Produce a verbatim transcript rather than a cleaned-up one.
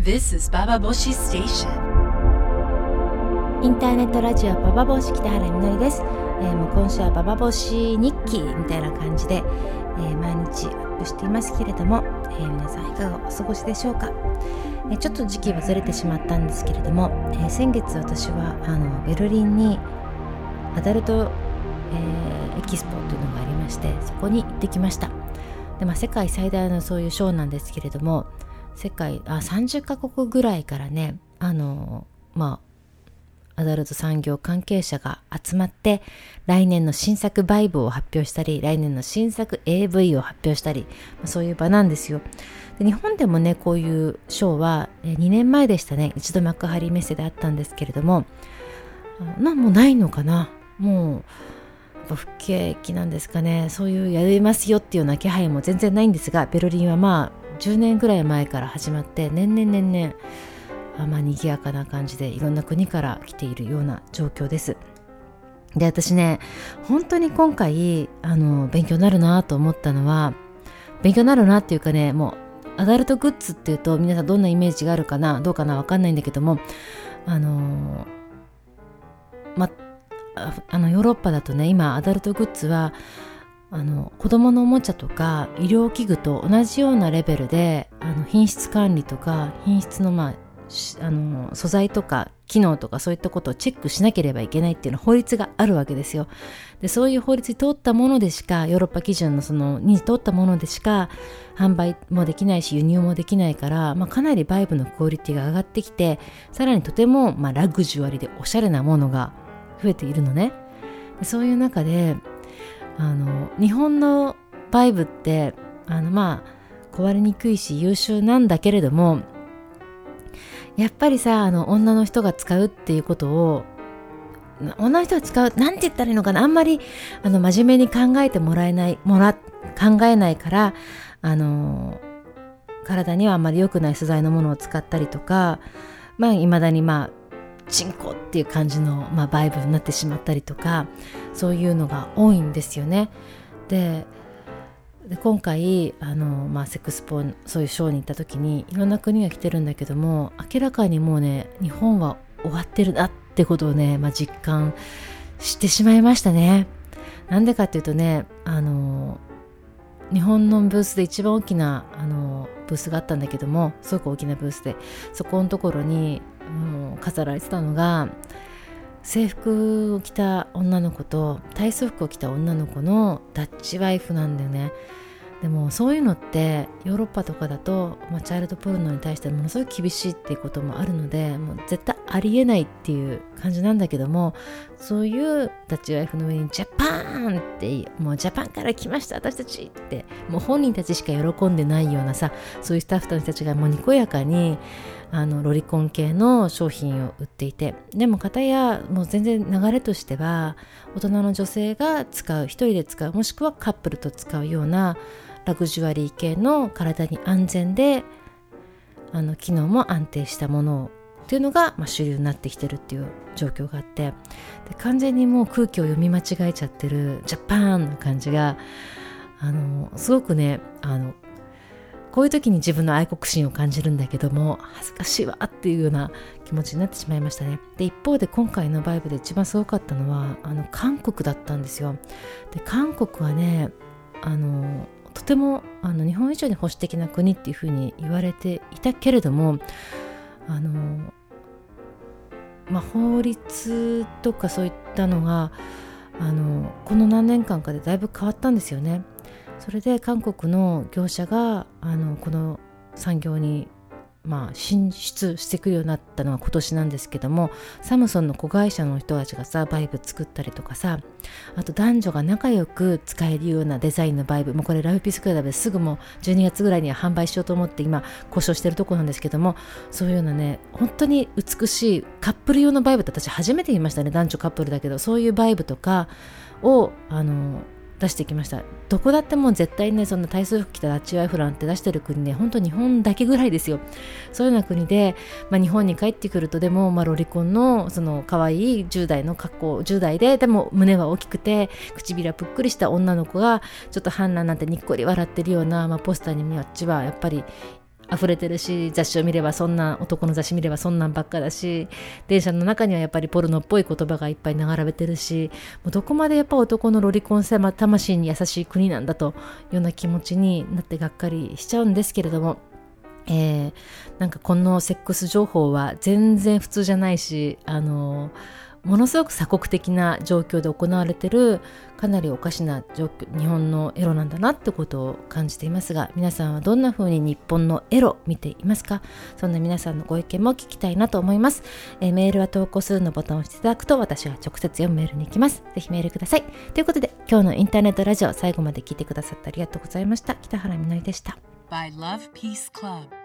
This is Baba Boshi Station. インターネットラジオババボシ北原みのりです、えー、もう今週はババボシ日記みたいな感じで、えー、毎日アップしていますけれども、えー、皆さんいかがお過ごしでしょうか。えー、ちょっと時期はずれてしまったんですけれども、えー、先月私はあのベルリンにアダルト、えー、エキスポというのがありまして、そこに行ってきました。で、まあ、世界最大のそういうショーなんですけれども、世界あさんじゅっかこくぐらいからね、あのまあアダルト産業関係者が集まって来年の新作バイブを発表したり、来年の新作 エーブイ を発表したり、まあ、そういう場なんですよ。で、日本でもね、こういうショーはにねんまえでしたね、一度幕張メッセであったんですけれども、なもうないのかな。もう不景気なんですかね。そういうやりますよっていうような気配も全然ないんですが、ベルリンはまあじゅうねんぐらい前から始まって、年々年々あまあ賑やかな感じでいろんな国から来ているような状況です。で、私ね、本当に今回あの勉強になるなと思ったのは、勉強になるなっていうかね、もうアダルトグッズっていうと皆さんどんなイメージがあるかな、どうかな、わかんないんだけども、あのまああのヨーロッパだとね、今アダルトグッズはあの子供のおもちゃとか医療器具と同じようなレベルで、あの品質管理とか品質の、まあ、あの素材とか機能とかそういったことをチェックしなければいけないっていうの法律があるわけですよ。で、そういう法律に通ったものでしか、ヨーロッパ基準のそのに通ったものでしか販売もできないし輸入もできないから、まあ、かなりバイブのクオリティが上がってきて、さらにとても、まあ、ラグジュアリーでおしゃれなものが増えているのね。で、そういう中であの日本のバイブってあのまあ壊れにくいし優秀なんだけれども、やっぱりさ、あの女の人が使うっていうことを、女の人が使うなんて言ったらいいのかな、あんまりあの真面目に考えてもらえないもら考えないから、あの体にはあんまり良くない素材のものを使ったりとか、まあ未だにまあチンコっていう感じの、まあ、バイブになってしまったりとか、そういうのが多いんですよね。で、で今回あの、まあ、セックスポそういうショーに行った時にいろんな国が来てるんだけども、明らかにもうね、日本は終わってるなってことをね、まあ、実感してしまいましたね。なんでかっていうとね、あの日本のブースで一番大きなあのブースがあったんだけども、すごく大きなブースで、そこのところにもう飾られてたのが、制服を着た女の子と体操服を着た女の子のダッチワイフなんだよね。でもそういうのってヨーロッパとかだと、まあ、チャイルドポルノに対してものすごい厳しいっていうこともあるので、もう絶対ありえないっていう感じなんだけども、そういうダッチワイフの上にジャパーンって、もうジャパンから来ました私たちって、もう本人たちしか喜んでないようなさ、そういうスタッフたちがもうにこやかにあのロリコン系の商品を売っていて、でも片やもう全然流れとしては大人の女性が使う、一人で使う、もしくはカップルと使うようなラグジュアリー系の体に安全であの機能も安定したものっていうのが、まあ、主流になってきてるっていう状況があって、で完全にもう空気を読み間違えちゃってるジャパーンな感じが、あのすごくね、あのこういう時に自分の愛国心を感じるんだけども、恥ずかしいわっていうような気持ちになってしまいましたね。で、一方で今回のバイブで一番すごかったのはあの韓国だったんですよ。で、韓国はね、あのとてもあの日本以上に保守的な国っていうふうに言われていたけれども、あの、まあ、法律とかそういったのがあのこの何年間かでだいぶ変わったんですよね。それで韓国の業者があのこの産業にまあ進出してくるようになったのは今年なんですけども、サムソンの子会社の人たちがさ、バイブ作ったりとかさ、あと男女が仲良く使えるようなデザインのバイブ、もうこれライフピースクラブですぐもうじゅうにがつぐらいには販売しようと思って今交渉してるところなんですけども、そういうようなね、本当に美しいカップル用のバイブって私初めて見ましたね。男女カップルだけど、そういうバイブとかをあの出してきました。どこだってもう絶対ね、そんな体操服着たダッチワイフランって出してる国ね、本当日本だけぐらいですよ。そういうような国で、まあ、日本に帰ってくるとでも、まあ、ロリコンのその可愛いじゅう代の格好、じゅう代ででも胸は大きくて唇はぷっくりした女の子がちょっと半裸なんてにっこり笑ってるような、まあ、ポスターにあっちはやっぱり溢れてるし、雑誌を見ればそんな、男の雑誌見ればそんなんばっかだし、電車の中にはやっぱりポルノっぽい言葉がいっぱい並べてるし、もうどこまでやっぱ男のロリコン性魂に優しい国なんだというような気持ちになってがっかりしちゃうんですけれども、えー、なんかこのセックス情報は全然普通じゃないし、あのものすごく鎖国的な状況で行われているかなりおかしな状況、日本のエロなんだなってことを感じていますが、皆さんはどんな風に日本のエロ見ていますか？そんな皆さんのご意見も聞きたいなと思います。えー、メールは投稿するのボタンを押していただくと私は直接読むメールに行きます。ぜひメールください。ということで今日のインターネットラジオ最後まで聞いてくださってありがとうございました。北原みのりでした。 by Love Peace Club